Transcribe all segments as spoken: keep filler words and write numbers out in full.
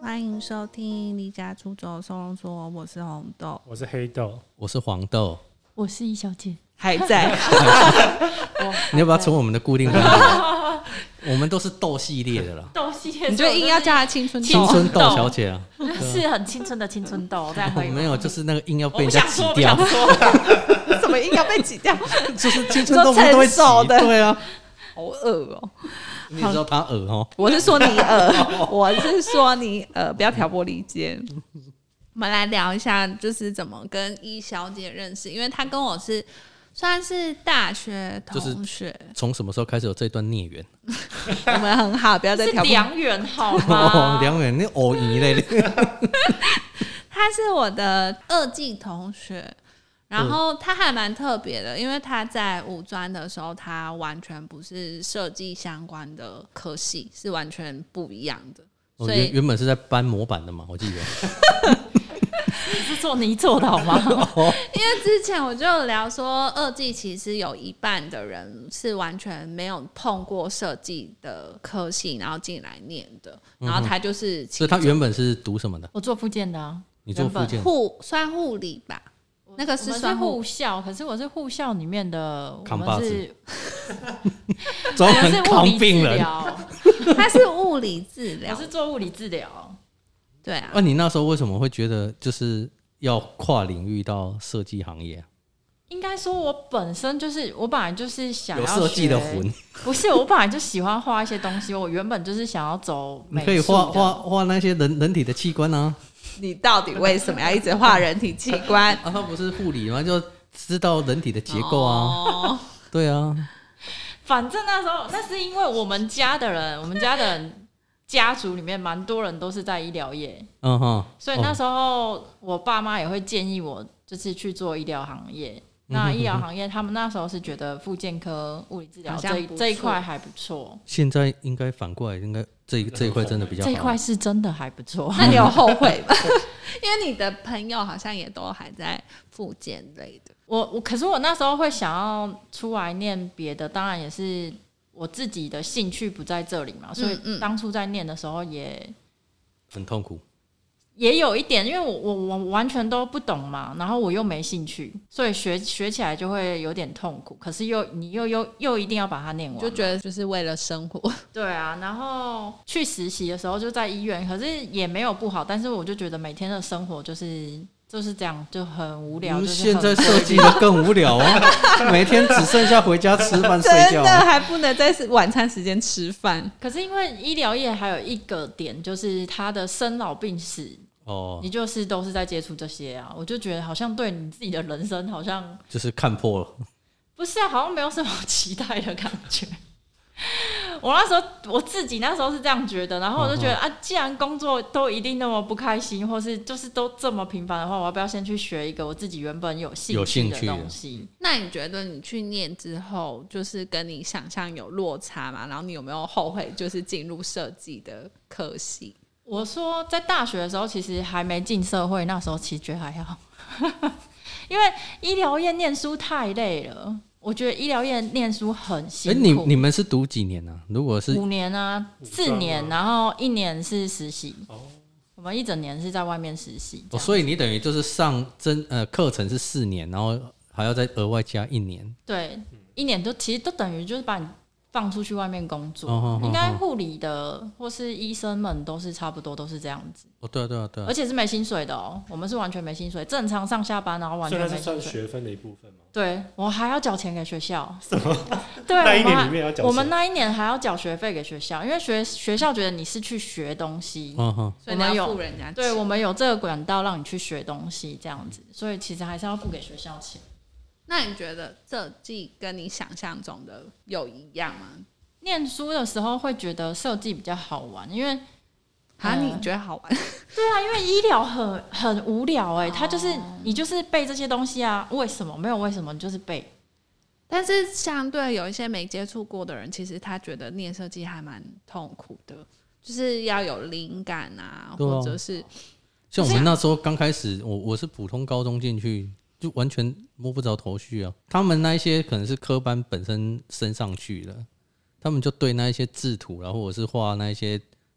欢迎收听离家出走收容所，我是红豆， 我是黑豆， 我是黄豆， 我是易小姐， 还在。 你要不要成为我们的固定班底？我们都是豆系列的啦， 豆系列， 你就硬要叫她青春豆青春豆小姐啊， 是很青春的青春豆，这样可以吗？ 没有，就是那个硬要被人家挤我掉， 不想说，不想说什么硬要被挤掉？ 就是青春豆不是都会挤成熟的对啊， 好恶哦、 你知道他恶哦， 我是说你恶，我是说你恶，不要挑拨离间。我们来聊一下，就是怎么跟易小姐认识，因为她跟我是算是大学同学， 从什么时候开始有这段孽缘？ 我们很好，不要再是挑拨。 良缘好哦， 吗？ 良缘那偶姨嘞， 他是我的二技同学，然后他还蛮特别的，因为他在五专的时候，他完全不是设计相关的科系，是完全不一样的。 我所以原原本是在搬模板的嘛，我记得。 你是做泥做的好吗？ 因为之前我就有聊说，二技其实有一半的人是完全没有碰过设计的科系，然后进来念的，然后他就是其中， 所以他原本是读什么的？ 我做复健的啊， 你做复健？ 护算护理吧，那个是我们是算护护校，可是我是护校里面的，我扛把子们是专我是门扛物理治病人。 疗， 他是物理治疗我，是做物理治疗。 对啊。 那、啊、你那时候为什么会觉得就是要跨领域到设计行业、啊？ 应该说，我本身就是我本来就是想要有设计的学魂， 不是我本来就喜欢画一些东西，我原本就是想要走美术的。 你可以画画画那些人人体的器官啊。 你到底为什么要一直画人体器官？ 啊，他不是护理吗？就知道人体的结构啊。 哦、 对啊， 反正那时候，那是因为我们家的人，我们家的人家族里面蛮多人都是在医疗业， 嗯哼， 所以那时候我爸妈也会建议我，就是去做医疗行业。那医疗行业，他们那时候是觉得复健科、物理治疗这一这一块还不错。 现在应该反过来，应该这一这一块真的比较好。 这一块是真的还不错。 那你有后悔吗？因为你的朋友好像也都还在复健类的。 我我可是我那时候会想要出来念别的，当然也是我自己的兴趣不在这里嘛，所以当初在念的时候也很痛苦。 也有一点，因为我我我完全都不懂嘛，然后我又没兴趣，所以学学起来就会有点痛苦。可是又你又又又一定要把它念完， 就觉得就是为了生活。 对啊，然后去实习的时候就在医院，可是也没有不好，但是我就觉得每天的生活就是就是这样，就很无聊。就是现在设计的更无聊啊，每天只剩下回家吃饭睡觉， 真的还不能在晚餐时间吃饭。 可是因为医疗业还有一个点，就是它的生老病死。哦，你就是都是在接触这些啊，我就觉得好像对你自己的人生好像就是看破了， 不是啊，好像没有什么期待的感觉。我那时候我自己那时候是这样觉得，然后我就觉得、嗯、啊，既然工作都一定那么不开心，或是就是都这么平凡的话，我要不要先去学一个我自己原本有兴趣的东西？ 那你觉得你去念之后，就是跟你想象有落差吗？然后你有没有后悔，就是进入设计的科系？ 我说在大学的时候其实还没进社会，那时候其实觉得还好因为医疗业念书太累了，我觉得医疗业念书很辛苦。 欸、你, 你们是读几年啊？如果是五年啊，四年，然后一年是实习、哦、我们一整年是在外面实习、哦、 所以你等于就是上真呃课程是四年，然后还要再额外加一年。 对，一年都其实都等于就是把你放出去外面工作， 哦、 应该护理的或是医生们都是差不多都是这样子。 哦，对啊对啊对啊， 而且是没薪水的哦，我们是完全没薪水，正常上下班然后完全没薪水。 所以它是算学分的一部分吗？ 对，我还要缴钱给学校。 什么？ 对， 那一年里面要缴钱？ 我们那一年还要缴学费给学校，因为学学校觉得你是去学东西， 嗯、 所以你要付人家钱。 对，我们有这个管道让你去学东西，这样子，所以其实还是要付给学校钱。 那你觉得设计跟你想象中的有一样吗？ 念书的时候会觉得设计比较好玩，因为啊，你觉得好玩？ 对啊，因为医疗很很无聊哎、欸，它就是你就是背这些东西啊，为什么没有为什么，你就是背。 但是相对有一些没接触过的人，其实他觉得念设计还蛮痛苦的，就是要有灵感啊，或者是像我们那时候刚开始，我我是普通高中进去，就完全摸不着头绪啊。他们那一些可能是科班本身升上去了。他们就对那一些制图，然后或者是画那一些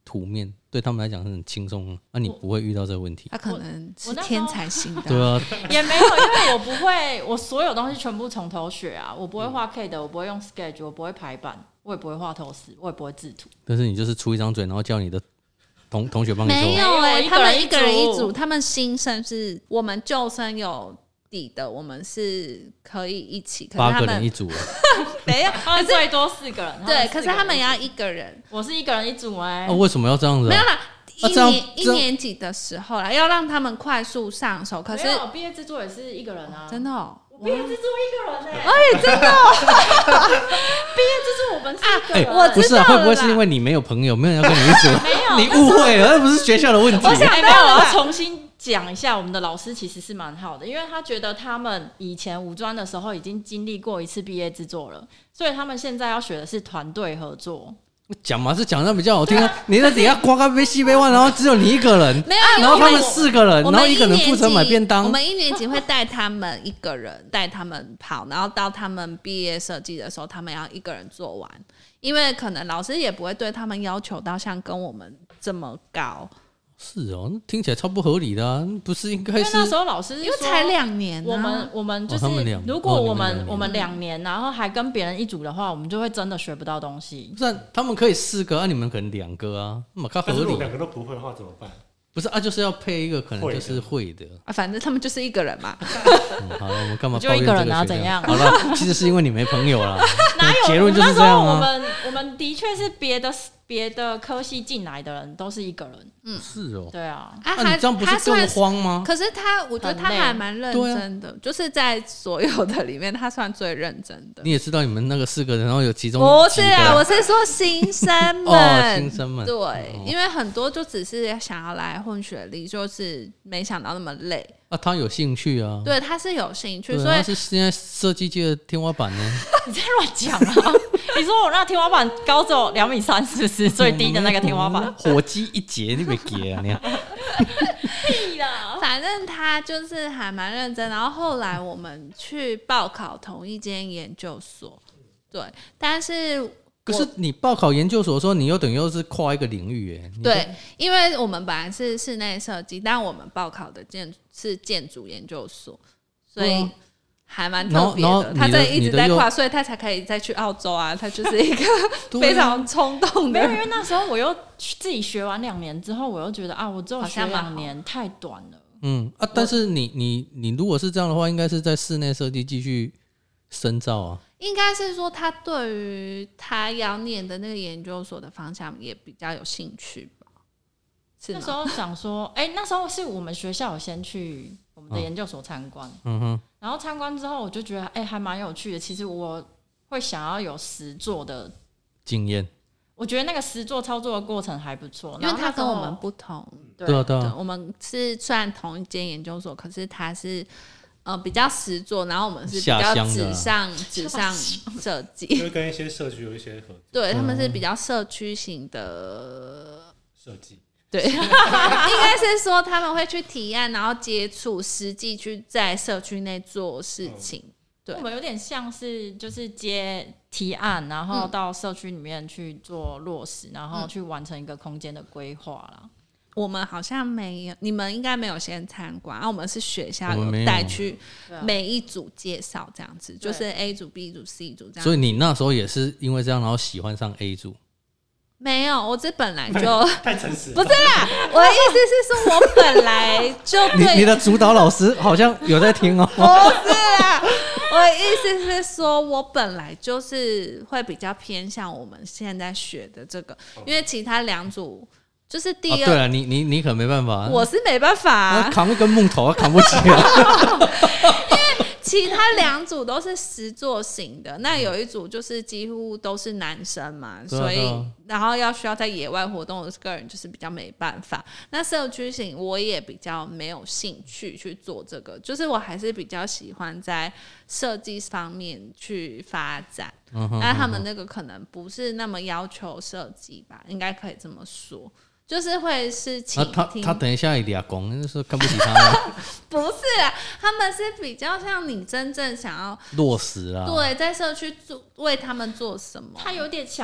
图面，对他们来讲是很轻松，那、啊、你不会遇到这个问题。 他可能是天才型的， 对啊， 也没有，因为我不会，我所有东西全部从头学啊，我不会画 K 的，我不会用 Sketch， 我不会排版，我也不会画透视，我也不会制图。 但是你就是出一张嘴，然后叫你的同同学帮你做。 没有哎、欸，他们一个人一一组，他们新生是我们旧生有底的，我们是可以一起，可是他们八个人一组啊， 没有， 他们最多四个人。 对，可是他们也要一个人。 我是一个人一组哎、欸啊，为什么要这样子、啊？ 没有啦。 啊、 一年一年级的时候啦，要让他们快速上手。可是毕业制作也是一个人啊， 真的、哦。 我毕业制作一个人哎、欸， 哎，真的、哦。 毕业制作我们是一个人、 啊，我知道了啦。 不是、啊，会不会是因为你没有朋友，没有人要跟你一组？ 没有， 你误会了，那不是学校的问题。 我想没有，我要重新讲一下，我们的老师其实是蛮好的，因为他觉得他们以前五专的时候已经经历过一次毕业制作了，所以他们现在要学的是团队合作。 讲嘛是讲的比较好听啊，你在底下刮个杯西杯万，然后只有你一个人， 没有， 然后他们四个人，然后一个人负责买便当。 我们一年级会带他们一个人带他们跑，然后到他们毕业设计的时候，他们要一个人做完，因为可能老师也不会对他们要求到像跟我们这么高。 是哦，听起来超不合理的啊！不是应该是？ 因为那时候老师是因为才两年、啊， 我们我们就是、 哦、 如果我们、 哦、 我们两年，然后还跟别人一组的话，我们就会真的学不到东西。 不是、啊，他们可以四个啊，你们可能两个啊，那较合理。 但是如果两个都不会的话怎么办？ 不是啊，就是要配一个可能就是会的啊，反正他们就是一个人嘛。 嗯、好了，我们干嘛抱怨这个学校？就一个人啊，怎样？ 好了，其实是因为你没朋友啦。 哪有？ 结论就是这样啊。 我们我们的确是别的别的科系进来的人都是一个人。 嗯，是哦。 对啊， 啊， 那、啊、你这样不是更慌吗？ 可是他，我觉得他还蛮认真的，啊、就是在所有的里面，他算最认真的。 你也知道你们那个四个人，然后有其中不是啊，我是说新生们， 哦、新生们对、 哦， 因为很多就只是想要来混学历，就是没想到那么累。 啊，他有兴趣啊， 对，他是有兴趣， 所以他是现在设计界的天花板呢。 你在乱讲啊！你说我那天花板高只有两米三，是不是最低的那个天花板？ 火鸡一节，你别给啊！你屁啦！ 反正他就是还蛮认真，然后后来我们去报考同一间研究所，对，但是。 可是你报考研究所的时候，你又等于又是跨一个领域耶。 对，因为我们本来是室内设计，但我们报考的建是建筑研究所，所以还蛮特别的。他这一直在跨，所以他才可以再去澳洲啊。他就是一个非常冲动的。 没有，因为那时候我又自己学完两年之后，我又觉得啊，我只有学两年太短了。 嗯啊，但是你你你如果是这样的话，应该是在室内设计继续深造啊。 应该是说他对于他要念的那个研究所的方向也比较有兴趣吧？是那时候想说，哎、欸，那时候是我们学校有先去我们的研究所参观、哦，嗯哼，然后参观之后我就觉得，哎、欸，还蛮有趣的。其实我会想要有实作的经验， 我觉得那个实作操作的过程还不错， 因为他跟我们不同， 对对对， 我们是虽然同一间研究所，可是他是。呃，比较实作，然后我们是比较纸上纸上设计， 就会跟一些社区有一些合作。 对，他们是比较社区型的设计。 对，应该是说他们会去提案，然后接触，实际去在社区内做事情。嗯、对， 我们有点像是就是接提案，然后到社区里面去做落实，然后去完成一个空间的规划啦。 我们好像没有，你们应该没有先参观，啊，我们是学校有带去每一组介绍这样子，就是 A 组、B 组、C 组这样。 所以你那时候也是因为这样，然后喜欢上 A 组？ 没有，我这本来就太诚实了。 不是啦，我的意思是说，我本来就对你你的主导老师好像有在听哦。 不是啦，我的意思是说，我本来就是会比较偏向我们现在学的这个，因为其他两组。就是第二，哦、 对了，你你你可没办法， 我是没办法、啊， 扛一根木头扛不起来。 因为其他两组都是实作型的，那有一组就是几乎都是男生嘛， 嗯、 所以然后要需要在野外活动的个人就是比较没办法。那社区型我也比较没有兴趣去做这个，就是我还是比较喜欢在设计方面去发展。嗯、那他们那个可能不是那么要求设计吧，应该可以这么说。就是会是倾听、啊、 他他等一下一定要讲，就是看不起他们。 不是啦，他们是比较像你真正想要落实啊。 对，在社区做为他们做什么？ 他有点想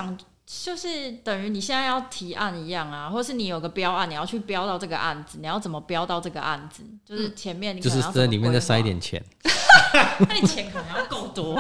就是等于你现在要提案一样啊，或是你有个标案，你要去标到这个案子，你要怎么标到这个案子？就是前面你可就是能要在里面再塞一点， 点钱， 那你钱可能要够多。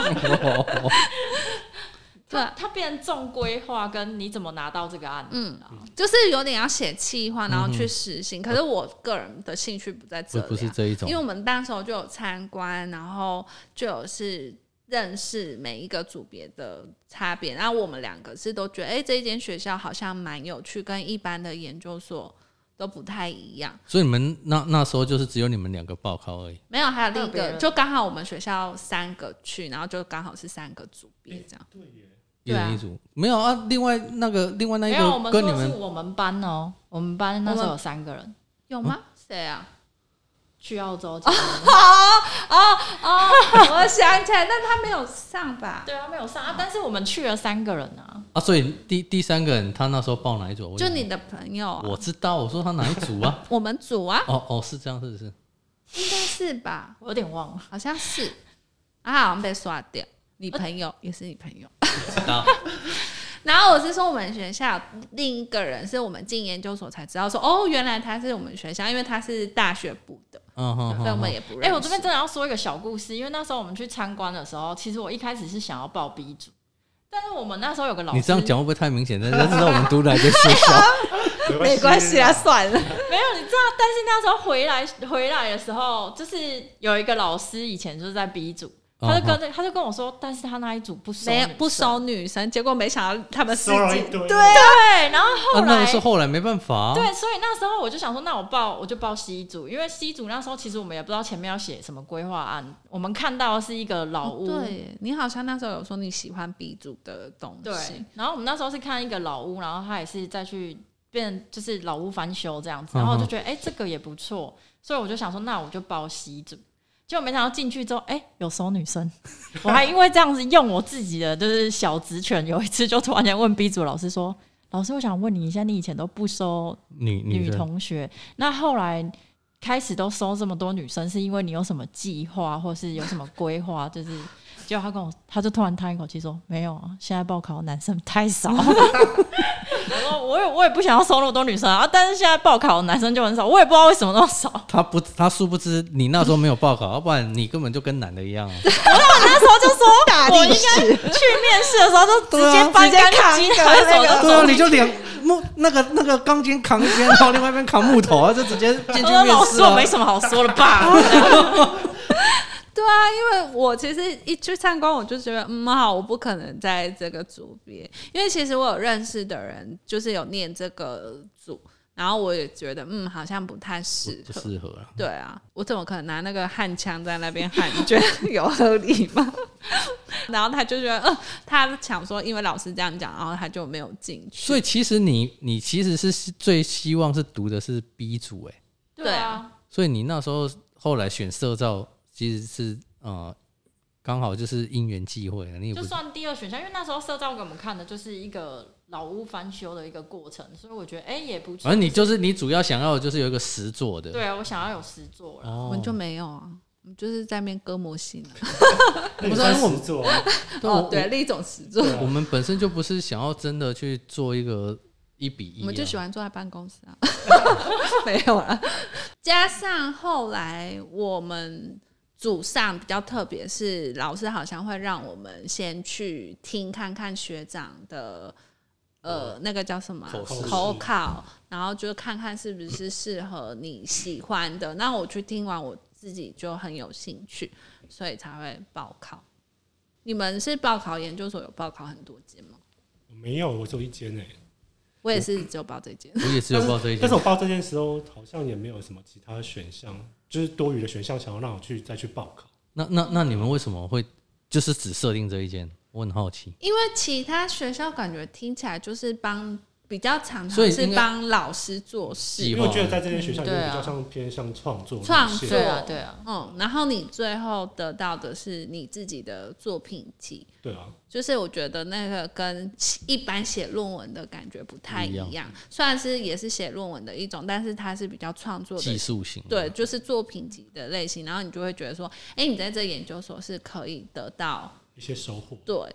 对， 它变成重规划跟你怎么拿到这个案子、啊， 嗯，就是有点要写企划，然后去实行。嗯、可是我个人的兴趣不在这里、啊， 不是这一种， 因为我们那时候就有参观，然后就有是认识每一个组别的差别。然后我们两个是都觉得，哎、欸，这一间学校好像蛮有趣，跟一般的研究所都不太一样。 所以你们那那时候就是只有你们两个报考而已？ 没有，还有另一个，就刚好我们学校三个去，然后就刚好是三个组别这样。 欸、对耶。 一人一组、啊、没有啊？另外那个，另外那一个跟你们， 没有，我们说的是我们班哦，我们班那时候有三个人， 有吗？谁、嗯、啊？ 去澳洲。 哦哦哦！我想起来，但他没有上吧？ 对啊，没有上啊。但是我们去了三个人啊。 啊，所以第第三个人他那时候报哪一组？ 就你的朋友、啊。 我知道，我说他哪一组啊？ 我们组啊。 哦哦，是这样，是不是？ 应该是吧？ 我有点忘了， 好像是。啊，好像被刷掉。你朋友、呃、也是你朋友， 知道。 然后我是说，我们学校另一个人是我们进研究所才知道说，哦，原来他是我们学校，因为他是大学部的， 嗯哼， 所以我们也不认识。 哎、欸，我这边真的要说一个小故事，因为那时候我们去参观的时候，其实我一开始是想要报 B 组，但是我们那时候有个老师， 你这样讲会不会太明显？人家知道我们读哪间学校？ 没关系啊，算了。 没有，你知道，但是那时候回来回来的时候，就是有一个老师以前就是在 B 组。他就跟他就跟我说，但是他那一组不收女生， 不收女生，结果没想到他们收了一堆， 对啊， 然后后来、啊、 那个是后来没办法、啊， 对，所以那时候我就想说，那我报我就报 C 组，因为 C 组那时候其实我们也不知道前面要写什么规划案，我们看到的是一个老屋， 哦、对，你好像那时候有说你喜欢 B 组的东西， 对，然后我们那时候是看一个老屋，然后他也是再去变就是老屋翻修这样子，然后我就觉得哎、欸、这个也不错，所以我就想说，那我就报 C 组。结果没想到进去之后，哎、欸，有收女生，我还因为这样子用我自己的就是小职权，有一次就突然间问 B 组老师说：“老师，我想问你一下，你以前都不收女女同学，那后来开始都收这么多女生，是因为你有什么计划，或是有什么规划？”就是，结果他跟我，他就突然叹一口气说：“没有啊，现在报考的男生太少。”我说我也我也不想要收那么多女生啊，但是现在报考的男生就很少，我也不知道为什么那么少。 他不，他殊不知你那时候没有报考，要不然你根本就跟男的一样啊。 我那时候就说，我应该去面试的时候就直接搬钢筋， 对啊，对啊，你就两木那个那个钢筋扛一边，然后另外一边扛木头啊，就直接进去面试、啊。 老师，我没什么好说的吧。 对啊，因为我其实一去参观，我就觉得嗯好，我不可能在这个组别，因为其实我有认识的人，就是有念这个组，然后我也觉得嗯好像不太适合， 不适合啊。 对啊，我怎么可能拿那个焊枪在那边焊？你觉得有合理吗？然后他就觉得，呃，他想说，因为老师这样讲，然后他就没有进去。 所以其实你你其实是最希望是读的是 B 组哎、欸， 对啊。 所以你那时候后来选社造。其实是呃，刚好就是因缘际会，你也不就算第二选项，因为那时候社造给我们看的就是一个老屋翻修的一个过程，所以我觉得哎、欸、也不错。 而你就是你主要想要的就是有一个实作的， 对啊，我想要有实作了、哦。 我们就没有啊，我们就是在那边割模型、啊。 我们算实作、啊， 哦，对，另一种实作。 我们本身就不是想要真的去做一个一比一、啊， 我们就喜欢坐在办公室啊，没有啦。加上后来我们。组上比较特别，是老师好像会让我们先去听看看学长的呃、嗯、那个叫什么、啊、口考，然后就看看是不是适合你喜欢的。那我去听完，我自己就很有兴趣，所以才会报考。你们是报考研究所有报考很多间吗？ 没有，我只有一间诶、欸。 我也是只有报这件， 我也只有报这一件。 但是我报这件时候好像也没有什么其他选项，就是多余的选项想要让我去再去报考。 那那那你们为什么会就是只设定这一件？我很好奇。 因为其他学校感觉听起来就是帮比较常常是帮老师做事， 因为我觉得在这间学校里面比较像偏向创作创作， 对啊对啊， 嗯，然后你最后得到的是你自己的作品集， 对啊， 就是我觉得那个跟一般写论文的感觉不太一样，一样虽然是也是写论文的一种，但是它是比较创作的技术型， 对，就是作品集的类型，然后你就会觉得说，哎、欸，你在这研究所是可以得到一些收获， 对。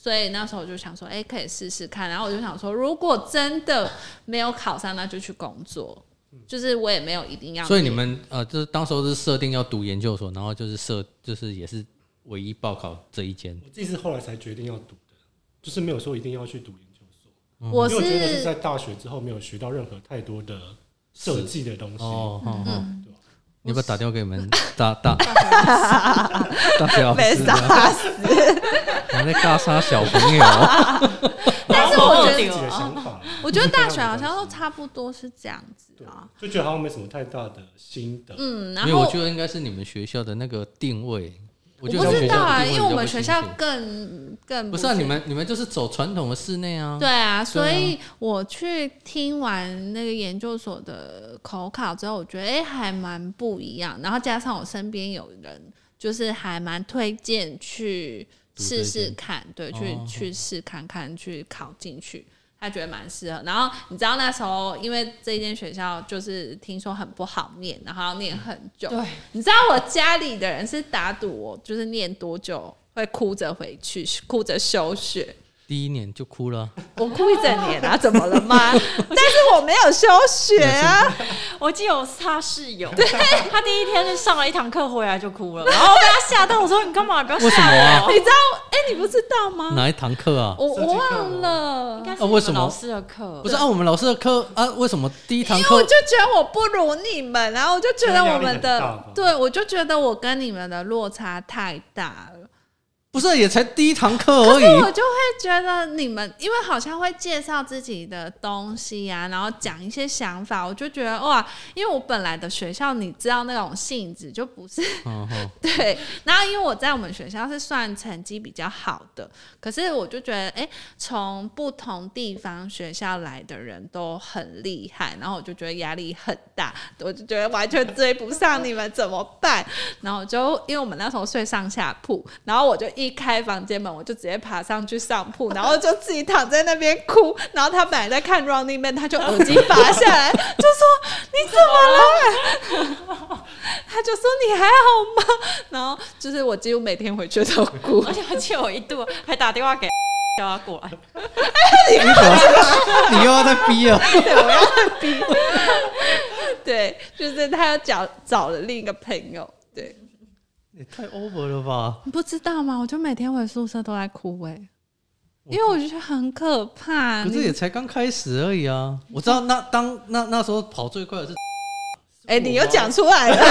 所以那时候我就想说，哎、欸，可以试试看。然后我就想说，如果真的没有考上，那就去工作。就是我也没有一定要。 所以你们呃，就是当时候是设定要读研究所，然后就是设就是也是唯一报考这一间。 我自己是后来才决定要读的，就是没有说一定要去读研究所。 嗯、我是因为我觉得是在大学之后没有学到任何太多的设计的东西。哦，嗯嗯，对吧？ 你要不要打电话给你们大大大学老师？ 被杀死！ 我在尬杀小朋友。 但是我觉得自己的想法， 我觉得大学好像都差不多是这样子啊， 就觉得好像没什么太大的心得。 嗯，然后因为我觉得应该是你们学校的那个定位。我不知道啊，因为我们学校更更不是啊，你们你们就是走传统的室内啊。 对啊，所以我去听完那个研究所的口考之后，我觉得哎、欸、还蛮不一样。然后加上我身边有人就是还蛮推荐去试试看，对，去、哦、去试看看，去考进去。他觉得蛮适合，然后你知道那时候，因为这间学校就是听说很不好念，然后要念很久。 对， 你知道我家里的人是打赌我就是念多久会哭着回去，哭着休学。 第一年就哭了， 我哭一整年啊，怎么了吗？但是我没有休学啊。 我记得我是他室友，他第一天就上了一堂课回来就哭了，然后被他吓到，我说你干嘛？不要吓我！ 为什么啊？ 你知道？哎、欸，你不知道吗？ 哪一堂课啊？ 我我忘了， 应该是你们老师的课。 不是按我们老师的课啊？为什么第一堂课？ 因为我就觉得我不如你们，然后我就觉得我们的，对我就觉得我跟你们的落差太大了。 不是，也才第一堂课而已。 可是我就会觉得你们，因为好像会介绍自己的东西啊，然后讲一些想法，我就觉得哇，因为我本来的学校，你知道那种性质就不是，哦哦对。然后因为我在我们学校是算成绩比较好的，可是我就觉得，哎，从不同地方学校来的人都很厉害，然后我就觉得压力很大，我就觉得完全追不上你们怎么办？然后就因为我们那时候睡上下铺，然后我就一。一开房间门，我就直接爬上去上铺，然后就自己躺在那边哭。然后他本来在看 Running Man， 他就耳机拔下来，就说：“你怎么了？”他就说：“你还好吗？”然后就是我几乎每天回去都哭， 而且而且我一度还打电话给叫他过来。 你你又要再逼了， 对，我要再逼。对，就是他要找找了另一个朋友，对。 也太 over 了吧！ 你不知道吗？我就每天回宿舍都在哭哎、欸，因为我觉得很可怕。 可是也才刚开始而已啊！我知道那当那那时候跑最快的是， 哎、欸，你又讲出来了，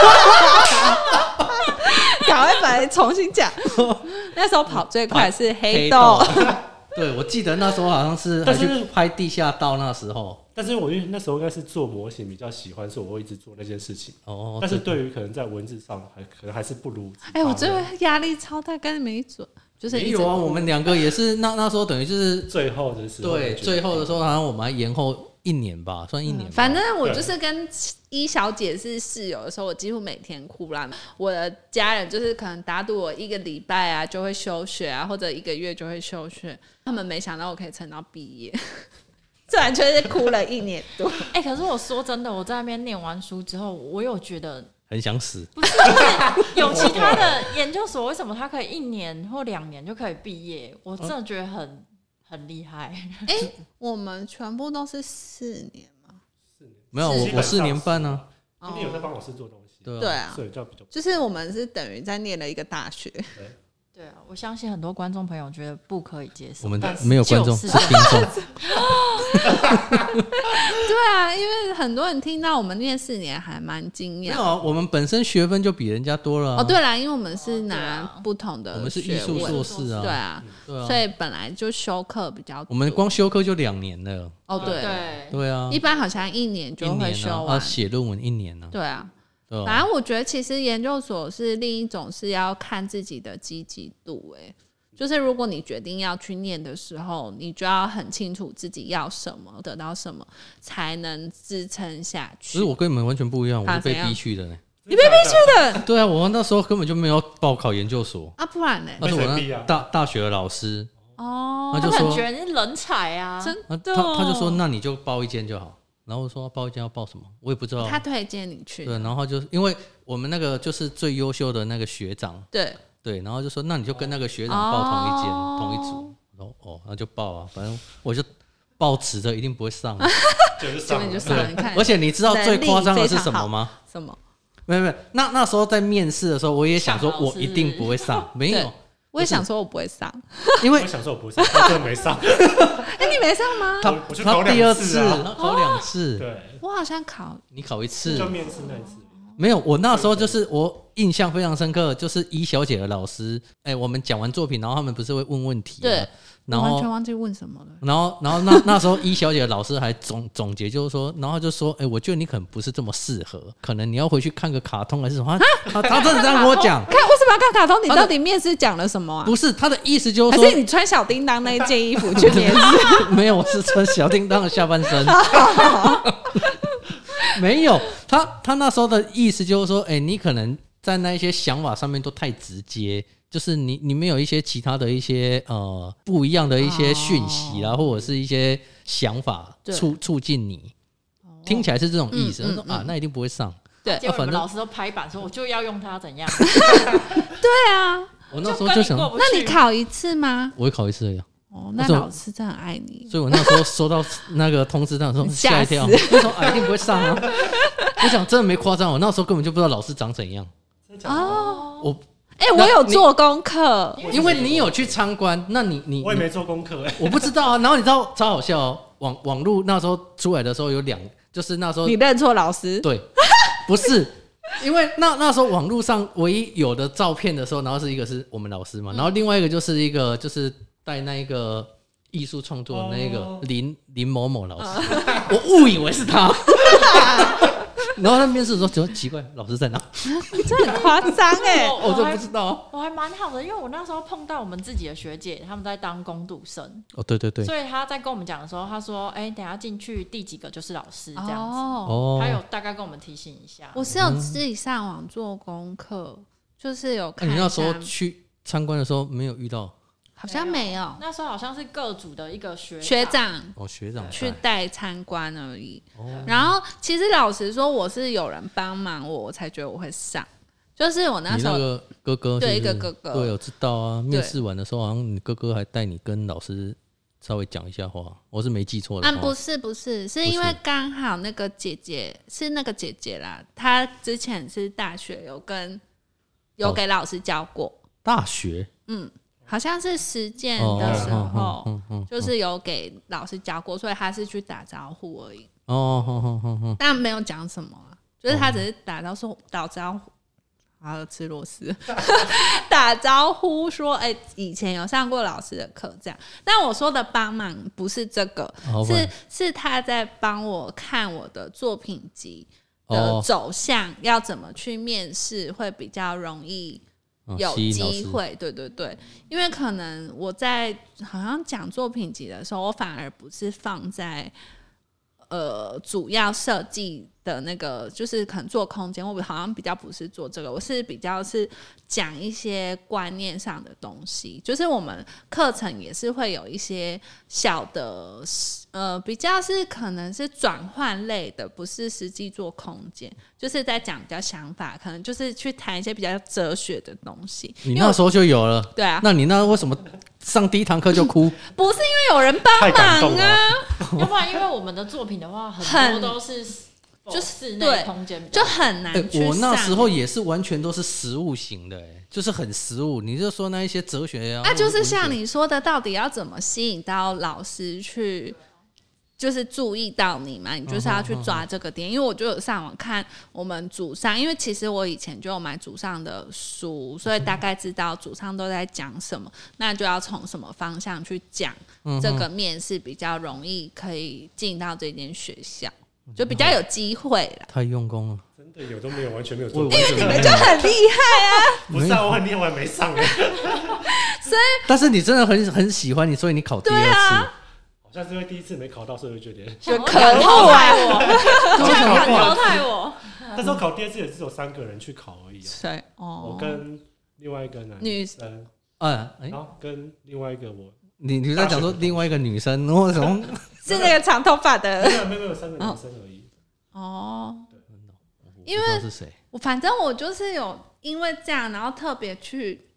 赶快把它重新讲。那时候跑最快是黑豆。 对，我记得那时候好像是还去拍地下道，那时候。 但是我因为那时候应该是做模型比较喜欢，所以我会一直做那件事情。哦。但是对于可能在文字上还可能还是不如。 哎、欸，我真的压力超大，跟你们一组就是没有啊，我们两个也是那那时候等于就是最后的时候。 对，最后的时候好像我们还延后一年吧，算一年吧、嗯。 反正我就是跟一小姐是室友的时候，我几乎每天哭啦。我的家人就是可能打赌我一个礼拜啊就会休学啊，或者一个月就会休学。他们没想到我可以撑到毕业，虽然就是哭了一年多。 哎、欸，可是我说真的，我在那边念完书之后，我有觉得很想死。 不是，就是有其他的研究所，为什么他可以一年或两年就可以毕业？我真的觉得很、嗯、很厉害。 哎、欸，我们全部都是四年吗？ 四年没有，我我四年半呢、 啊。今天有在帮老师做东西。 对啊， 对啊， 所以就比较就是我们是等于在念了一个大学。对。 对啊，我相信很多观众朋友觉得不可以接受， 我们没有观众，是听众。 对啊，因为很多人听到我们念四年还蛮惊讶。没有啊，我们本身学分就比人家多了、啊。 哦，对啦，因为我们是拿不同的学问， 我们是艺术硕士啊， 对啊，对啊，所以本来就修课比较多。 我们光修课就两年了。 哦，对对对啊， 一般好像一年就会修完， 啊，写论文一年呢、啊。 对啊。反正我觉得其实研究所是另一种是要看自己的积极度、欸、就是如果你决定要去念的时候，你就要很清楚自己要什么，得到什么才能支撑下去。 可是我跟你们完全不一样，我是被逼去的呢、欸。 你被逼去的？ 对啊，我那时候根本就没有报考研究所啊，不然呢？ 那是我那大大学的老师哦， 他就说觉得你是人才啊， 真的、 哦他，他就说那你就报一间就好。然后我说报一间要报什么，我也不知道。 他推荐你去， 对，然后就因为我们那个就是最优秀的那个学长， 对对，然后就说那你就跟那个学长报同一间、 哦、 同一组，然后哦那就报啊，反正我就抱持着一定不会上， 就是上了， 就上了。 而且你知道最夸张的是什么吗？ 什么？ 没有没有，那那时候在面试的时候，我也想说我一定不会上，没有。 我也想说我不会上， 因为我想说我不会上，我真的没上。 哎、欸，你没上吗？ 他我去考第二次， 啊、 他考两次。 对， 我好像考， 你考一次， 就面试那一次。 没有，我那时候就是我印象非常深刻，就是一小姐的老师，哎、欸，我们讲完作品，然后他们不是会问问题、啊， 对， 然后我完全忘记问什么了。 然后，然后那那时候一小姐的老师还总总结，就是说，然后就说，哎、欸，我觉得你可能不是这么适合，可能你要回去看个卡通还是什么。他他真的这样跟我讲， 看为什么要看卡通？你到底面试讲了什么啊？ 不是他的意思就是说， 还是你穿小叮当那一件衣服去面试？ 没有，我是穿小叮当的下半身。没有，他他那时候的意思就是说，哎、欸，你可能在那一些想法上面都太直接。就是你，你没有一些其他的一些呃不一样的一些讯息啦，哦、或者是一些想法促促进你，哦、听起来是这种意思。他、嗯、说、嗯、啊，那一定不会上。 对，结果你们老师都拍板说，我就要用它怎样？ 对啊， 我那时候就想， 那你考一次吗？ 我会考一次而已。 哦，那老师真的很爱你。 所以我那时候收到那个通知单的时候吓一跳，我说啊，一定不会上啊。我想真的没夸张，我那时候根本就不知道老师长怎样。 哦， 我。 哎、欸，我有做功课， 因为你有去参观，那你你我也没做功课哎、欸， 我不知道啊。然后你知道超好笑哦，网网路那时候出来的时候有两，就是那时候你认错老师， 对，不是，因为那那时候网路上唯一有的照片的时候，然后是一个是我们老师嘛，嗯、然后另外一个就是一个就是带那一个艺术创作的那个林、哦、林某某老师，我误以为是他。然后他面试的时候觉得奇怪，老师在哪？ 这很夸张哎， 我都不知道。 我还蛮好的，因为我那时候碰到我们自己的学姐，他们在当工读生。 哦，对对对。 所以他在跟我们讲的时候，他说：“哎、欸，等一下进去第几个就是老师这样子。” 哦， 他有大概跟我们提醒一下。 我是有自己上网做功课，嗯、就是有看。 你那时候去参观的时候没有遇到？ 好像没有， 那时候好像是各组的一个学长学长哦，学长去带参观而已。哦、然后其实老实说，我是有人帮忙我，我才觉得我会上。就是我那时候你那个哥哥是不是， 对一个哥哥， 对，我知道啊。面试完的时候，好像你哥哥还带你跟老师稍微讲一下话，我是没记错的话。 啊，不是不是，是因为刚好那个姐姐是那个姐姐啦，她之前是大学有跟有给老师教过。哦、 大学， 嗯。好像是实践的时候，就是有给老师教过，所以他是去打招呼而已。哦，但没有讲什么、啊，就是他只是打招呼，打招呼，还有吃螺丝，打招呼说：“哎、欸，以前有上过老师的课，这样。”但我说的帮忙不是这个，是是他在帮我看我的作品集的走向，哦、要怎么去面试会比较容易。有机会，对对对，因为可能我在好像讲作品集的时候，我反而不是放在呃主要设计的那个，就是可能做空间，我好像比较不是做这个，我是比较是讲一些观念上的东西，就是我们课程也是会有一些小的呃，比较是可能是转换类的，不是实际做空间，就是在讲比较想法，可能就是去谈一些比较哲学的东西。 你那时候就有了， 对啊， 那你那为什么上第一堂课就哭？ 不是因为有人帮忙啊， 要不然因为我们的作品的话，很多都是。就是室内空间就很难去、 欸、我那时候也是完全都是实物型的、欸，就是很实物。你就说那一些哲学啊， 那、啊、就是像你说的，到底要怎么吸引到老师去，就是注意到你嘛？你就是要去抓这个点。因为我就有上网看我们组上，因为其实我以前就有买组上的书，所以大概知道组上都在讲什么，那就要从什么方向去讲这个面试比较容易可以进到这间学校。就比较有机会了， 太用功了， 真的有都没有，完全没有做， 因为你们就很厉害啊！ 不是啊，我很厉害，我还没上哎。 所以， 但是你真的很很喜欢你，所以你考第二次， 啊、 好像是因为第一次没考到，所以我就觉得就可恶啊！ 我竟然敢淘汰我！ 但是我考第二次也只有三个人去考而已、啊， 对哦， 我跟另外一个男女生， 嗯， 然后跟另外一个我。 你你在讲说另外一个女生，或者什么？ 是那个长头发的？ 没有没有没有，三个男生而已。 哦， 因为是谁？ 我反正我就是有因为这样，然后特别去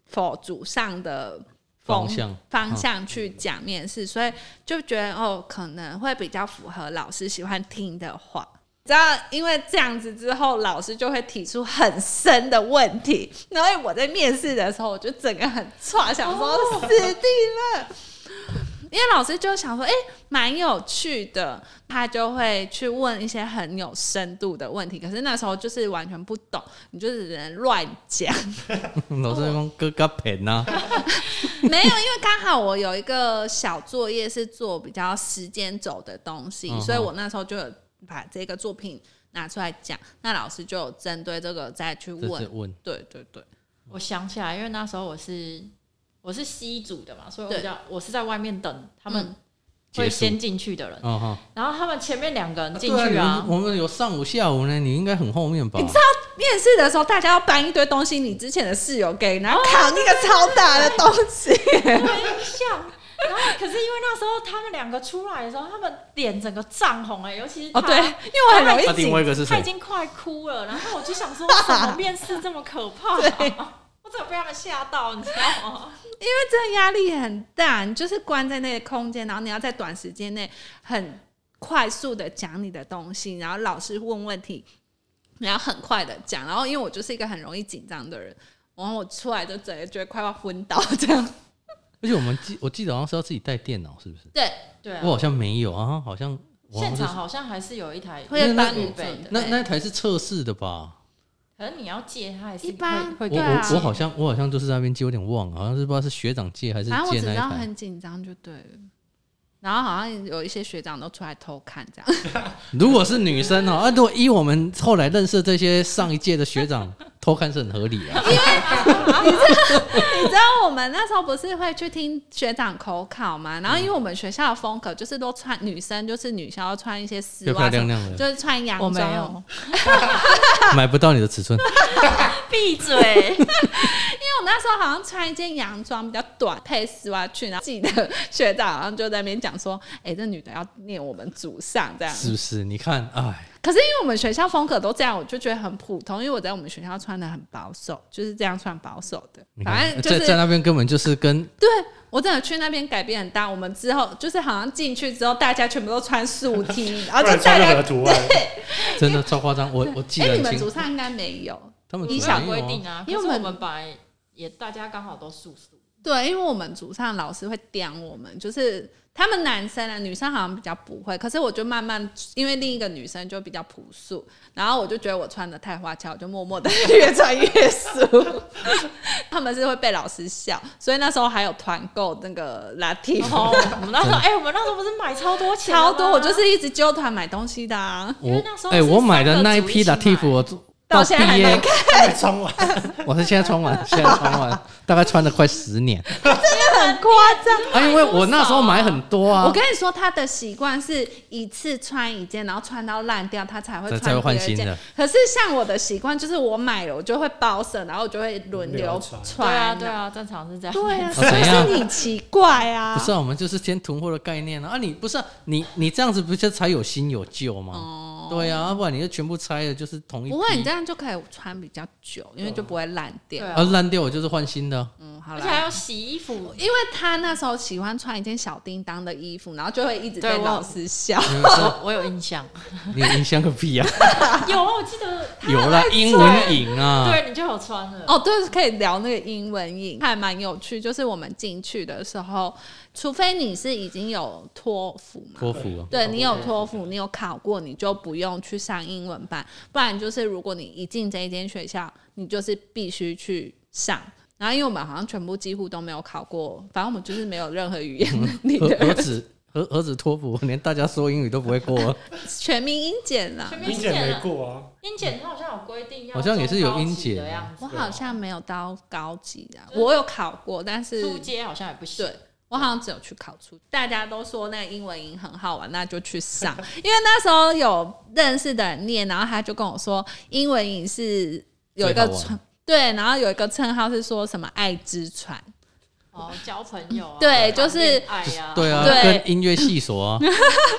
否主上的方向方向去讲面试，所以就觉得哦，可能会比较符合老师喜欢听的话。知道，因为这样子之后，老师就会提出很深的问题，然后我在面试的时候，我就整个很挫，想说死定了。因为老师就想说，哎、欸，蛮有趣的，他就会去问一些很有深度的问题。可是那时候就是完全不懂，你就只能乱讲。 老师说哥哥骗啊， 没有，因为刚好我有一个小作业是做比较时间轴的东西，嗯、所以我那时候就有把这个作品拿出来讲。那老师就有针对这个再去问。 问对对对， 我想起来，因为那时候我是。我是C组的嘛，所以我比较我是在外面等他们会先进去的人， 嗯、 然后他们前面两个人进去啊， 啊我们有上午下午呢，你应该很后面吧？ 你知道面试的时候，大家要搬一堆东西，你之前的室友给，然后扛一个超大的东西， 有印象。然后可是因为那时候他们两个出来的时候，他们脸整个涨红哎、欸，尤其是他， 哦对，因为我很容易紧， 他已经快哭了，然后我就想说，怎么面试这么可怕、啊？我真的被他们吓到，你知道吗？ 因为这压力很大，你就是关在那个空间，然后你要在短时间内很快速的讲你的东西，然后老师问问题，你要很快的讲。然后因为我就是一个很容易紧张的人，然后我出来就整个觉得快要昏倒这样。 而且我们记我记得好像是要自己带电脑，是不是？ 对对、啊， 我好像没有啊，好像现场好像还是有一台会帮你备的， 那那一台是测试的吧？ 可能你要借他还是一般会我啊、 我我好像我好像就是在那边借，有点忘了，好像是不知道是学长借还是借那一台。 反正我只知道很紧张就对了。然后好像有一些学长都出来偷看这样。 如果是女生哦、喔，啊，如果依我们后来认识这些上一届的学长，偷看是很合理啊。 因为你知道，你知道我们那时候不是会去听学长口考吗？然后因为我们学校的风格就是都穿女生，就是女校要穿一些丝袜， 漂漂亮亮的， 就是穿洋装。 我没有， 买不到你的尺寸。 闭嘴！ 因为我那时候好像穿一件洋装比较短，配丝袜去，然后记得学长好像就在那边讲说：“哎、欸，这女的要念我们组上这样。” 是不是？你看，哎。 可是因为我们学校风格都这样，我就觉得很普通。因为我在我们学校穿的很保守，就是这样算保守的。反正就是在, 在那边根本就是跟对我真的去那边改变很大。我们之后就是好像进去之后，大家全部都穿素 T， 然后就大家图案真的超夸张。我我记得很清， 哎、欸，你们组上应该没有， 他们依小规定啊，因为我们本来也大家刚好都素素。 对，因为我们组上老师会刁我们，就是他们男生啊，女生好像比较不会。可是我就慢慢，因为另一个女生就比较朴素，然后我就觉得我穿的太花俏，我就默默的越穿越素。他们是会被老师笑，所以那时候还有团购那个 Latte。 哦，我们那时候，哎、欸，我们那时候不是买超多钱， 超多，我就是一直揪团买东西的啊。 因为那时候， 哎、欸，我买的那一批 Latte 我。 到现在还没看， 穿完， 我是现在穿完，现在穿完，大概穿了快十年， 真的很夸张啊！因为我那时候买很多啊。 我跟你说，他的习惯是一次穿一件，然后穿到烂掉，他才会穿才会换新的。 可是像我的习惯，就是我买了，我就会包色，然后我就会轮流穿。 对啊，对啊，正常是这样。 对啊， 所以是你奇怪啊？ 不是啊，我们就是先囤货的概念啊。啊你不是、啊、你你这样子不就才有新有旧吗？哦。对啊，不然你就全部拆了，就是同一批。 不会，你这样就可以穿比较久，因为就不会烂掉。 而烂、啊、掉我就是换新的。 嗯，好啦。 而且还要洗衣服， 因为他那时候喜欢穿一件小叮当的衣服，然后就会一直被老师笑。 我, 我有印象。 你有印象个屁啊！ 有啊，我记得有啦，英文影啊。 对，你就有穿了。 哦，对，可以聊那个英文影，还蛮有趣。就是我们进去的时候，除非你是已经有托福嘛， 托福啊， 对你有托福，你有考过，你就不用去上英文班。不然就是如果你一进这一间学校，你就是必须去上。然后因为我们好像全部几乎都没有考过，反正我们就是没有任何语言能力的人。 何止何何止托福，连大家说英语都不会过。 全民英检啦， 英检没过啊。 英检它好像有规定要， 好像也是有英检的样子。 我好像没有到高级的，我有考过，但是初阶好像也不行。 对。我好像只有去考初，大家都说那个英文营很好玩，那就去上。因为那时候有认识的人念，然后他就跟我说，英文营是有一个对，然后有一个称号是说什么爱之船。 哦，交朋友啊， 对，就是爱啊， 对啊， 对跟音乐系所啊。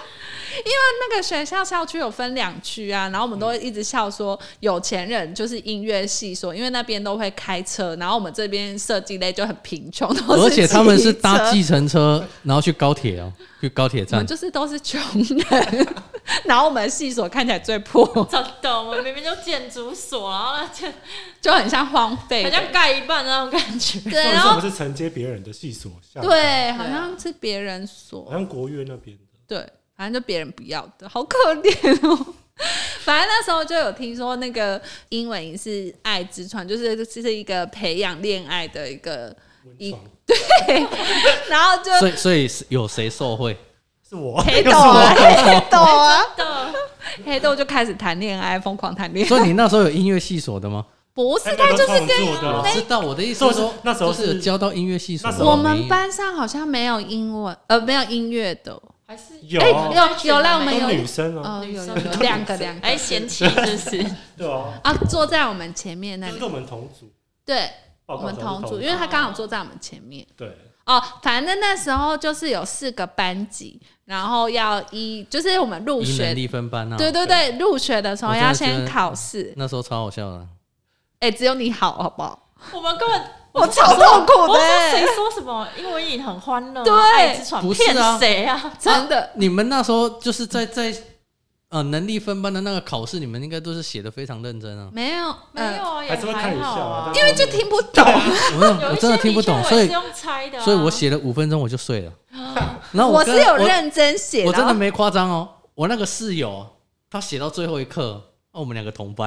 那个学校校区有分两区啊，然后我们都会一直笑说有钱人就是音乐系所，因为那边都会开车，然后我们这边设计类就很贫穷， 而且他们是搭计程车，然后去高铁哦，去高铁站， 我们就是都是穷人，然后我们系所看起来最破， 真的，我们明明就建筑所，然后那就就很像荒废， 好像盖一半的那种感觉。 对，然后我们是承接别人的系所， 对，好像是别人所， 好像国乐那边的， 对，反正就别人不要的，好可怜哦。反正那时候就有听说那个英文营是爱之船，就是就是一个培养恋爱的一个一对，然后就所以所以有谁受贿？ 是我黑豆啊，黑豆啊， 的黑豆就开始谈恋爱，疯狂谈恋爱。 所以你那时候有音乐系所的吗？ 不是，他就是跟我知道，我的意思是说， 那时候是有教到音乐系所。 我们班上好像没有英文，呃，没有音乐的。 还是有哎、欸、有有啦，我们有女生啊， 呃、有有有两个两个， 哎嫌弃是不是？ 对啊， 啊，坐在我们前面那个， 就是跟我们同组， 对，我们同组，因为他刚好坐在我们前面。 对， 哦，反正那时候就是有四个班级，然后要一就是我们入学能力分班啊， 对对对，入学的时候要先考试， 那时候超好笑的。 哎、欸，只有你好，好不好？ 我们根本。 我超痛苦的、 欸，谁说什么英文营很欢乐？ 对， 爱之船骗谁啊？ 真的、 啊，你们那时候就是在在呃能力分班的那个考试，你们应该都是写的非常认真啊。 没有， 没有啊，也还好啊， 因为就听不懂。 我我真的听不懂，所以用猜的、啊， 所以我写了五分钟我就睡了。然后我, 我是有认真写， 我真的没夸张哦。我那个室友他写到最后一刻，哦，我们两个同班。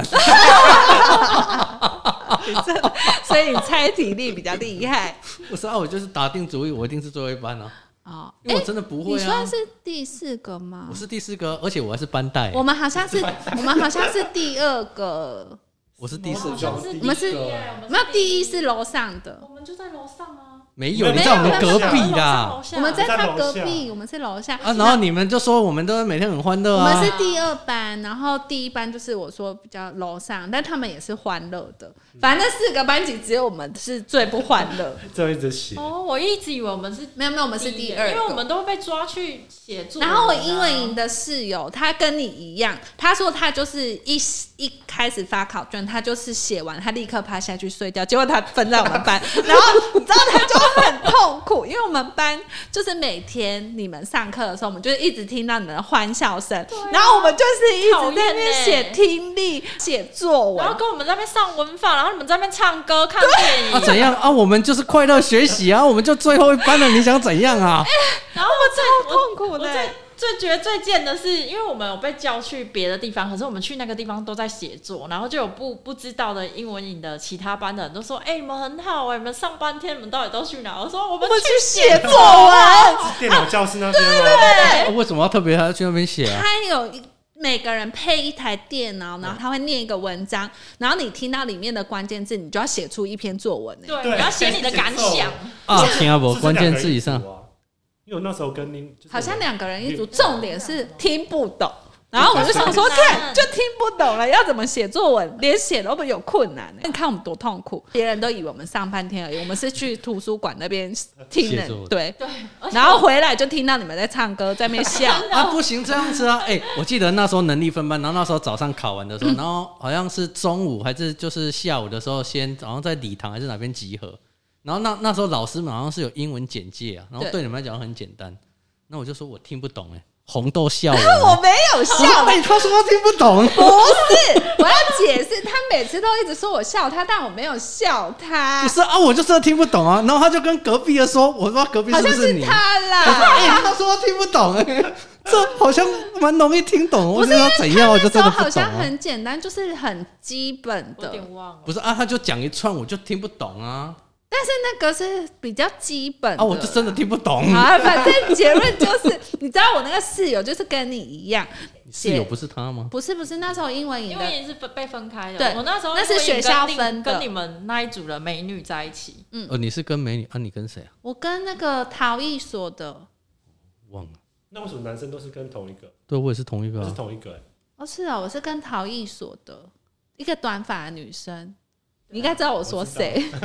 所以你猜体力比较厉害。 不是啊，我就是打定主意，我一定是最后一班啊。 哦， 因为我真的不会啊。 你算是第四个吗？ 我是第四个，而且我还是班带。 我们好像是，我们好像是第二个。 我是第四个， 我们是，没有第一是楼上的。 我们就在楼上啊。 没有，你在我们隔壁啦。 我们在他隔壁，我们是楼下啊。然后你们就说我们都每天很欢乐啊。 我们是第二班，然后第一班就是我说比较楼上，但他们也是欢乐的。反正四个班级只有我们是最不欢乐。 这一直写。 哦，我一直以为我们是没有没有，我们是第二， 因为我们都会被抓去写作。 然后我英文营的室友，他跟你一样，他说他就是一一开始发考卷，他就是写完，他立刻趴下去睡觉。结果他分在我们班，然后你知道他就很痛苦，因为我们班就是每天你们上课的时候，我们就一直听到你们的欢笑声、啊，然后我们就是一直在那边写听力、写作文， 然后跟我们在那边上文法，然后你们在那边唱歌、看电影啊，怎样啊？我们就是快乐学习啊，我们就最后一班了，你想怎样啊？ 然后我超痛苦的。 最觉得最贱的是，因为我们有被叫去别的地方，可是我们去那个地方都在写作，然后就有不不知道的英文营的其他班的人都说：“哎、欸，你们很好哎、欸，你们上半天你们到底都去哪？”我说：“我们去写作文， 电脑教室那边吗？” 对对对， 为什么要特别还要去那边写啊？ 他有一每个人配一台电脑，然后他会念一个文章，然后你听到里面的关键字，你就要写出一篇作文、欸。 对，你要写你的感想啊，听啊不，关键字以上。 因为我那时候跟您、就是、 好像两个人一组，重点是听不懂。然后我就想说，看就听不懂了，要怎么写作文？连写都有困难、欸。你看我们多痛苦，别人都以为我们上半天而已，我们是去图书馆那边听的，对对。 然后回来就听到你们在唱歌，在那边笑啊，不行这样子啊！哎、欸，我记得那时候能力分班，然后那时候早上考完的时候，嗯、然后好像是中午还是就是下午的时候，先好像在礼堂还是哪边集合。然后那那时候老师们好像是有英文简介啊，然后对你们来讲很简单，那我就说我听不懂哎、欸，红豆笑我， 我没有笑， 哎、欸，他说他听不懂， 不是，我要解释，他每次都一直说我笑他，但我没有笑他， 不是啊，我就真的听不懂啊，然后他就跟隔壁的说，我说隔壁是不是你？ 好像是他啦， 哎、欸，他说他听不懂哎、欸，这好像蛮容易听懂，我觉得怎样我就真的不懂、啊， 好像很简单，就是很基本的， 有点忘了， 不是啊，他就讲一串我就听不懂啊。 但是那个是比较基本的啊，我就真的听不懂啊。反正结论就是，你知道我那个室友就是跟你一样， 室友不是他吗？ 不是不是，那时候英文营的， 英文营是被分开的。 对， 我那时候那是学校分的， 跟你们那一组的美女在一起。 嗯，哦，你是跟美女啊？你跟谁啊？ 我跟那个陶艺所的， 忘了。 那为什么男生都是跟同一个？ 对，我也是同一个、啊， 我是同一个、欸。 哦，是啊、哦，我是跟陶艺所的一个短发的女生，你应该知道我说谁。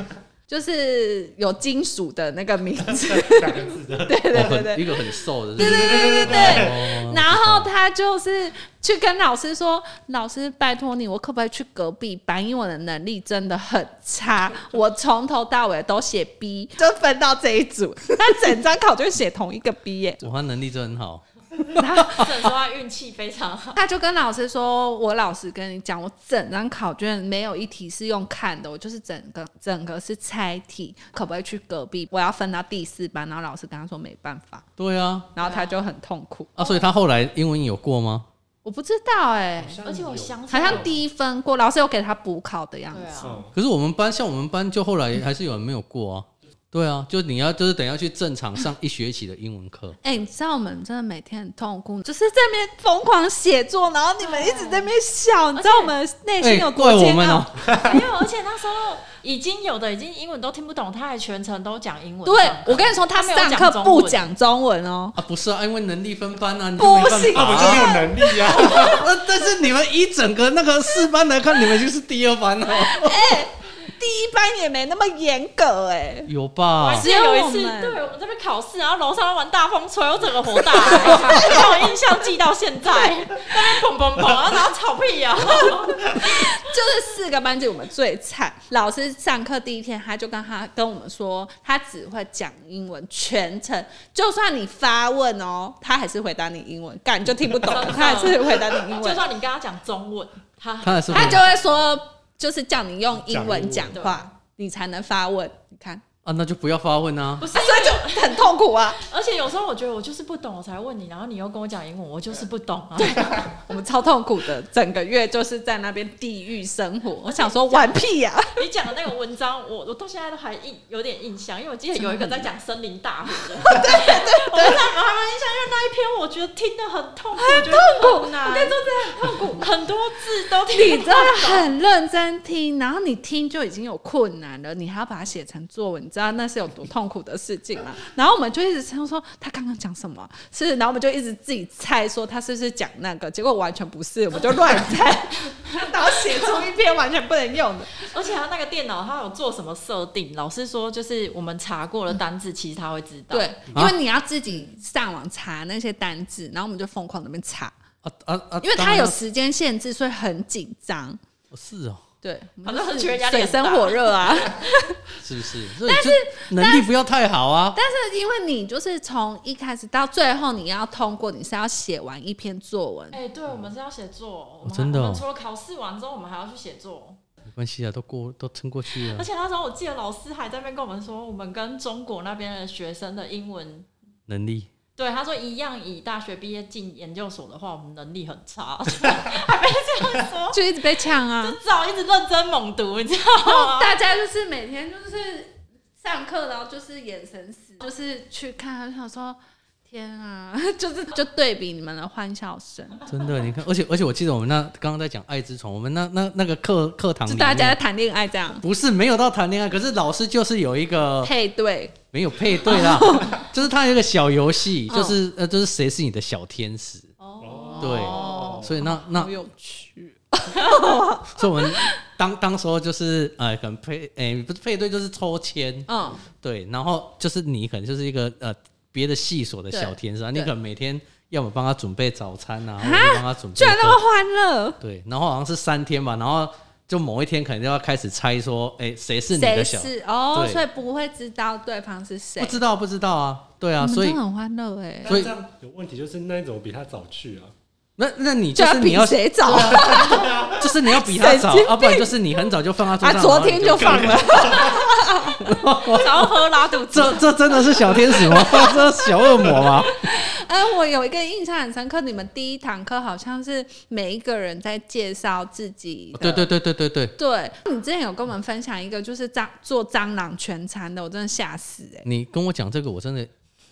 就是有金属的那个名字， 两个字的， 对对对对， 一个很瘦的， 对对对对对对。 哦、 然后他就是去跟老师说：“老师，拜托你，我可不可以去隔壁班？因为我的能力真的很差，我从头到尾都写 B， 就分到这一组。他整张考卷写同一个 B 耶、 欸，我能力真的很好。” 然后只能说他运气非常好。 他就跟老师说：“我老实跟你讲，我整张考卷没有一题是用看的，我就是整个整个是猜题，可不可以去隔壁？我要分到第四班。”然后老师跟他说没办法。 对啊， 然后他就很痛苦啊。所以他后来英文有过吗？ 我不知道哎、 欸，而且我想好像低分过，老师有给他补考的样子。 啊、 可是我们班像我们班就后来还是有人没有过啊。对啊，就你要就是等一下去正常上一学期的英文课。 哎、欸，你知道我们真的每天很痛苦，就是在那边疯狂写作，然后你们一直在那边笑，你知道我们内心有多煎熬？ 没有，而且那时候已经有的已经英文都听不懂，他还全程都讲英文。 对，我跟你说，他上课不讲中文哦。 啊，不是啊，因为能力分班啊，你就没办法、啊， 不行， 那我就没有能力啊。 但是你们一整个那个四班来看，你们已经是第二班了。 哎、欸。第一班也没那么严格哎、欸， 有吧？ 只有一次，对，我们这边考试，然后楼上玩大风吹，我整个火大、欸，让我印象记到现在。那边砰砰砰，然后然后吵屁啊！ 就是四个班级我们最惨。老师上课第一天，他就跟他跟我们说，他只会讲英文，全程就算你发问哦，他还是回答你英文，干你就听不懂，他还是回答你英文。 就算你跟他讲中文，他他他就会说。就是叫你用英文讲话，你才能发问。你看啊，那就不要发问啊。 不是， 所以就很痛苦啊。 而且有时候我觉得我就是不懂，我才问你，然后你又跟我讲英文，我就是不懂啊。 对，我们超痛苦的，整个月就是在那边地狱生活。我想说玩屁呀、啊！ 你讲的那个文章，我我到现在都还印有点印象，因为我记得有一个在讲森林大火的。 对对对， 我还蛮印象，因为那一篇我觉得听得很痛苦， 很痛苦。 我跟你说真的很痛苦， 很多字都听不懂。 你真的很认真听，然后你听就已经有困难了，你还要把它写成作文，你知道那是有多痛苦的事情吗？然后我们就一直猜说他刚刚讲什么，是，然后我们就一直自己猜说他是不是讲那个，结果完全不是，我们就乱猜，然后写出一篇完全不能用的。 而且他那个电脑他有做什么设定？老师说就是我们查过的单字，其实他会知道。 对，因为你要自己上网查那些单字，然后我们就疯狂在那边查。 啊啊啊！ 因为他有时间限制，所以很紧张。 是哦， 对， 反正觉得压力水深火热啊， 是不是？但是能力不要太好啊。 但是因为你就是从一开始到最后，你要通过，你是要写完一篇作文。 哎、欸，对，我们是要写作， 哦、真的、哦。 我们除了考试完之后，我们还要去写作。 没关系啊，都过都撑过去了。 而且那时候我记得老师还在那边跟我们说，我们跟中国那边的学生的英文能力。 对，他说一样，以大学毕业进研究所的话，我们能力很差，还被这样说， 就一直被呛啊， 就只好一直认真猛读，你知道吗？ 大家就是每天就是上课，然后就是眼神死，就是去看，想说天啊，就是就对比你们的欢笑声， 真的，你看，而且而且我记得我们那刚刚在讲爱之虫，我们那那那个课课堂里面， 就大家在谈恋爱这样， 不是没有到谈恋爱，可是老师就是有一个配对。 没有配对啦，就是他有一个小游戏，就是呃，就是谁是你的小天使哦，对，所以那那好有趣， 所以我们当当时候就是呃，可能配诶、欸、不是配对就是抽签，嗯，对，然后就是你可能就是一个呃别的系所的小天使啊，你可能每天要么帮他准备早餐啊，或者帮他准备， 居然那么欢乐， 对，然后好像是三天吧，然后。就某一天可能就要开始猜说，哎、欸，谁是你的小？ 谁是哦，所以不会知道对方是谁。 不知道，不知道啊，对啊，所以很欢乐哎。 所以这样有问题，就是那一种比他早去啊。 那那你就是你要谁早？ 就是你要比他早，要、啊、不然就是你很早就放他桌上。 啊，昨天就放了。 然后喝拉肚子。 这这真的是小天使吗？这是小恶魔吗？ 嗯，我有一个印象很深刻，你们第一堂课好像是每一个人在介绍自己的。 对对对对对对。 对，你之前有跟我们分享一个，就是蟑做蟑螂全餐的，我真的吓死哎、欸！ 你跟我讲这个，我真的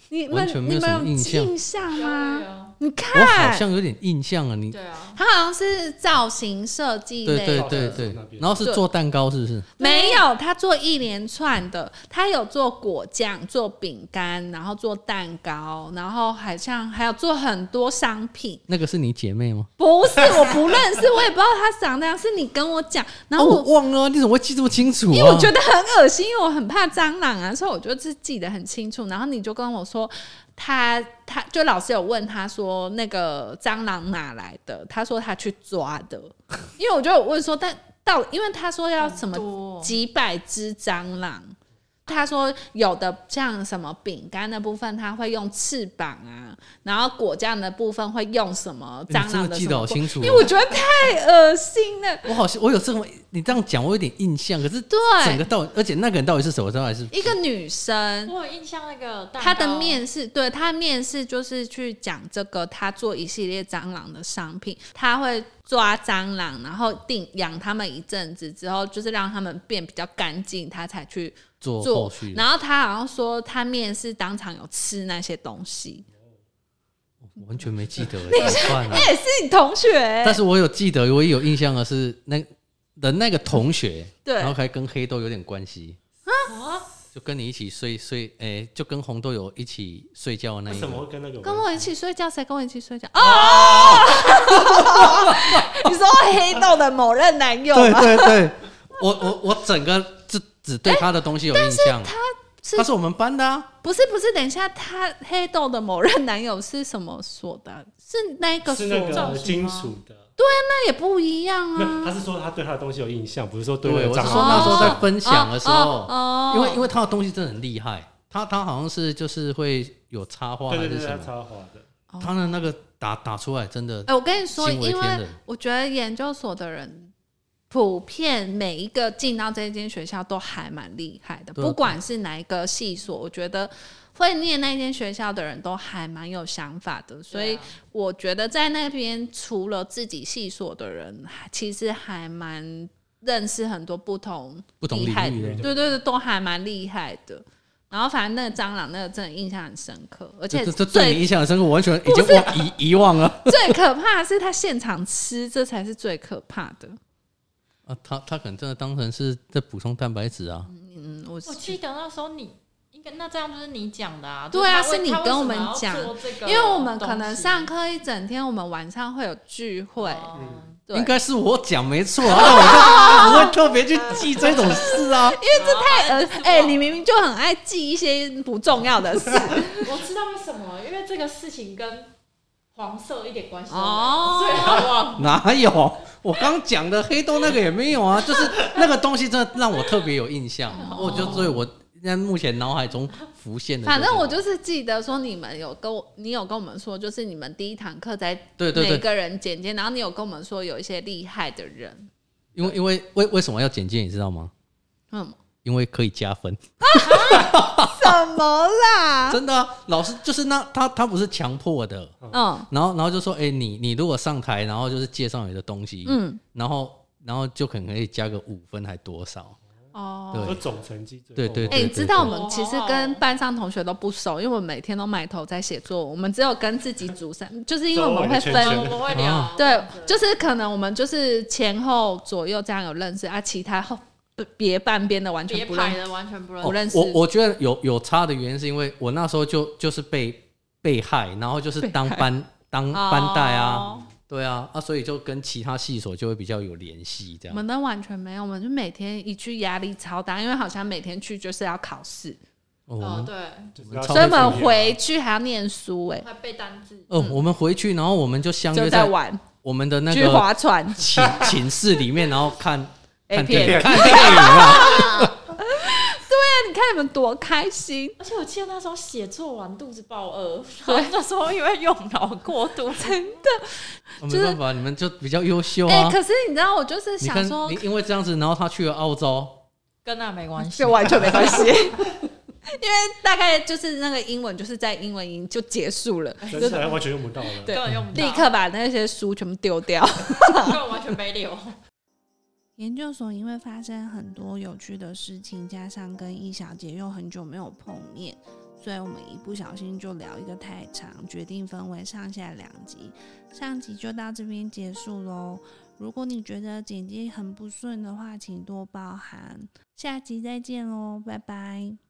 你完全没有什么印象印象吗？你看， 我好像有点印象啊。你对啊， 他好像是造型设计类， 对对对对，然后是做蛋糕是不是？ 没有，他做一连串的，他有做果酱、做饼干，然后做蛋糕，然后好像还有做很多商品。 那个是你姐妹吗？ 不是，我不认识，我也不知道他长那样，是你跟我讲，然后我、 哦、我忘了、啊，你怎么会记这么清楚、啊？ 因为我觉得很恶心，因为我很怕蟑螂啊，所以我就是记得很清楚。然后你就跟我说。他他就老师有问他说那个蟑螂哪来的？他说他去抓的，因为我就有问说，但到因为他说要什么几百只蟑螂，他说有的像什么饼干的部分，他会用翅膀啊，然后果酱的部分会用什么蟑螂的什么， 记得好清楚、哦， 因为我觉得太恶心了。 我好像我有这么你这样讲，我有点印象，可是对整个到底，而且那个人到底是什么？到底是一个女生， 我有印象那个蛋糕她的面试，对她的面试就是去讲这个，她做一系列蟑螂的商品，她会抓蟑螂，然后定养他们一阵子之后，就是让他们变比较干净，她才去做后续。 然后她好像说，她面试当场有吃那些东西。 我完全没记得，怎么办啊？ 那也是你同学、欸， 但是我有记得，我也有印象的是那的那个同学， 对， 然后还跟黑豆有点关系啊，就跟你一起睡睡，哎、欸，就跟红豆有一起睡觉的那一个。 为什么会跟那个跟我一起睡觉？谁跟我一起睡觉？哦，你说黑豆的某任男友吗？ 对对对，我我我整个只只对他的东西有印象。 他是他是我们班的啊？ 不是不是，等一下，他黑豆的某任男友是什么所的？是那个所？ 是那个金属的。 对啊，那也不一样啊。 他是说他对他的东西有印象，不是说对那对， 个我是说那时候在分享的时候， 哦哦、 因为因为他的东西真的很厉害，他他好像是就是会有插画还是什么？ 对对对，插画的。 他的那个打打出来真的， 哎、欸，我跟你说，因为我觉得研究所的人。普遍每一个进到这间学校都还蛮厉害的，不管是哪一个系所，我觉得会念那间学校的人都还蛮有想法的，所以我觉得在那边除了自己系所的人，其实还蛮认识很多不同不同厉害领域的， 对对对，都还蛮厉害的。然后反正那个蟑螂那个真的印象很深刻，而且这这对你印象很深刻，我完全已经忘遗遗忘了。 最可怕的是他现场吃，这才是最可怕的。 啊，他他可能真的当成是在补充蛋白质啊。 嗯，我我记得那时候你应该那这样就是你讲的啊。 对啊， 是你跟我们讲，因为我们可能上课一整天，我们晚上会有聚会。 嗯应该是我讲没错，那我就不会特别去记这种事啊。 因为这太呃，哎、欸，你明明就很爱记一些不重要的事。 我知道为什么，因为这个事情跟黄色一点关系都没有， 哦， 所以他忘。 哪有？我刚讲的黑豆那个也没有啊，就是那个东西真的让我特别有印象，哦、我就所以我现在目前脑海中浮现的、就是。 反正我就是记得说，你们有跟我，你有跟我们说，就是你们第一堂课在对对每个人简介，然后你有跟我们说有一些厉害的人。 因为因为为为什么要简介，你知道吗？ 嗯。 因为可以加分。 什么啦？ 真的、啊，老师就是那他他不是强迫的，嗯，然后然后就说，哎、欸，你你如果上台，然后就是介绍你的东西，嗯，然后然后就可能可以加个五分还多少。 哦， 对，总成绩对对。 哎、欸，你知道我们其实跟班上同学都不熟，因为我们每天都埋头在写作，我们只有跟自己组上，就是因为我们会分， 我们会聊， 对，就是可能我们就是前后左右这样有认识啊，其他后。别半边的完全不认识， 的完全不认识。认识我我觉得有有差的原因是因为我那时候就就是被被害，然后就是当班当班带啊，哦、对啊啊，所以就跟其他系所就会比较有联系这样。 我们都完全没有，我们就每天一去压力超大，因为好像每天去就是要考试。 哦，对， 所以我们回去还要念书哎、欸， 还背单字。 哦、嗯，我们回去，然后我们就相约在玩我们的那个去划船寝寝室里面，然后看。 A 片，看电影啊！ 对啊，你看你们多开心！ 而且我记得那时候写作完肚子爆饿，对，那时候因为用脑过度， 真的。 我、就是、没办法，你们就比较优秀啊。 哎、欸，可是你知道，我就是想说， 你因为这样子，然后他去了澳洲， 跟那没关系， 就完全没关系。因为大概就是那个英文，就是在英文营就结束了， 真的完全用不到了， 对， 根本用不到， 立刻把那些书全部丢掉， 根本完全没留。 研究所因为发生很多有趣的事情，加上跟易小姐又很久没有碰面， 所以我们一不小心就聊一个太长，决定分为上下两集。上集就到这边结束咯。如果你觉得剪辑很不顺的话，请多包涵。下集再见咯，拜拜。